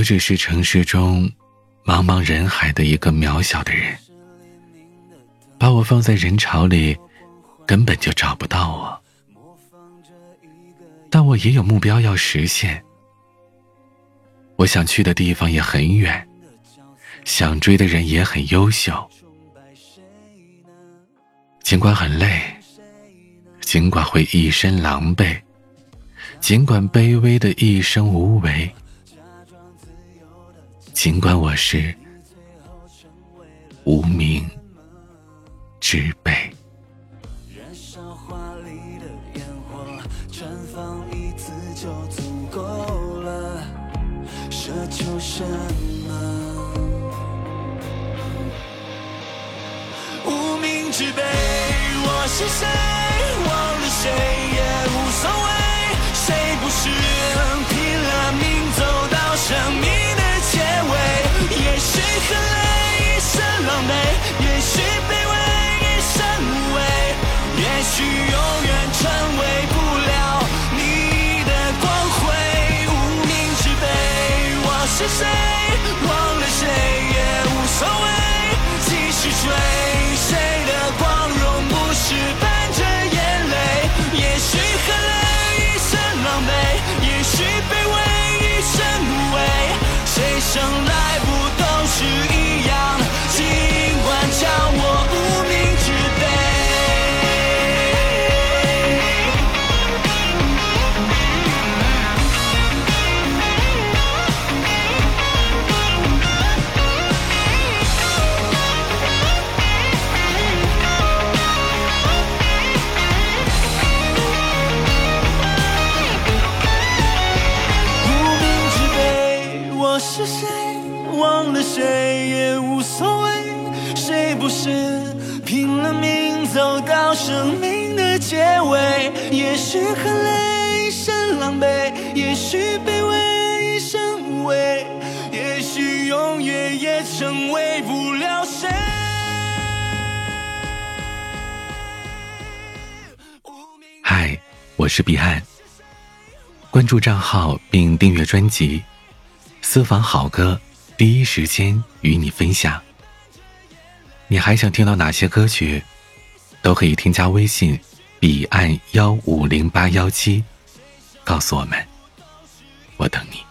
只是城市中茫茫人海的一个渺小的人，把我放在人潮里，根本就找不到我。但我也有目标要实现，我想去的地方也很远，想追的人也很优秀。尽管很累，尽管会一身狼狈，尽管卑微的一生无为，尽管我是无名之辈。 燃烧华丽的烟火，绽放一次就足够了，奢求什么？无名之辈，我是谁？忘了谁也无所谓，谁不是拼了命走到生命的结尾？也许很累，一身狼狈，也许卑微，一身无畏，也许永远成为不了你的光辉。无名之辈，我是谁？忘了谁也无所谓，继续追，谁的光荣不是伴着眼泪？也许很累，一身狼狈，也许卑微，一身无畏，谁生来不都是一样？尽管叫我无名之辈。无名之辈，我是谁？忘了谁也无所谓，谁不是拼了命走到生命的结尾？也许很累，一身狼狈，也许卑微，一身无畏，也许永远也成为不了谁。 嗨，我是彼岸，关注账号并订阅专辑，私房好歌第一时间与你分享。你还想听到哪些歌曲，都可以添加微信彼岸1508117告诉我们，我等你。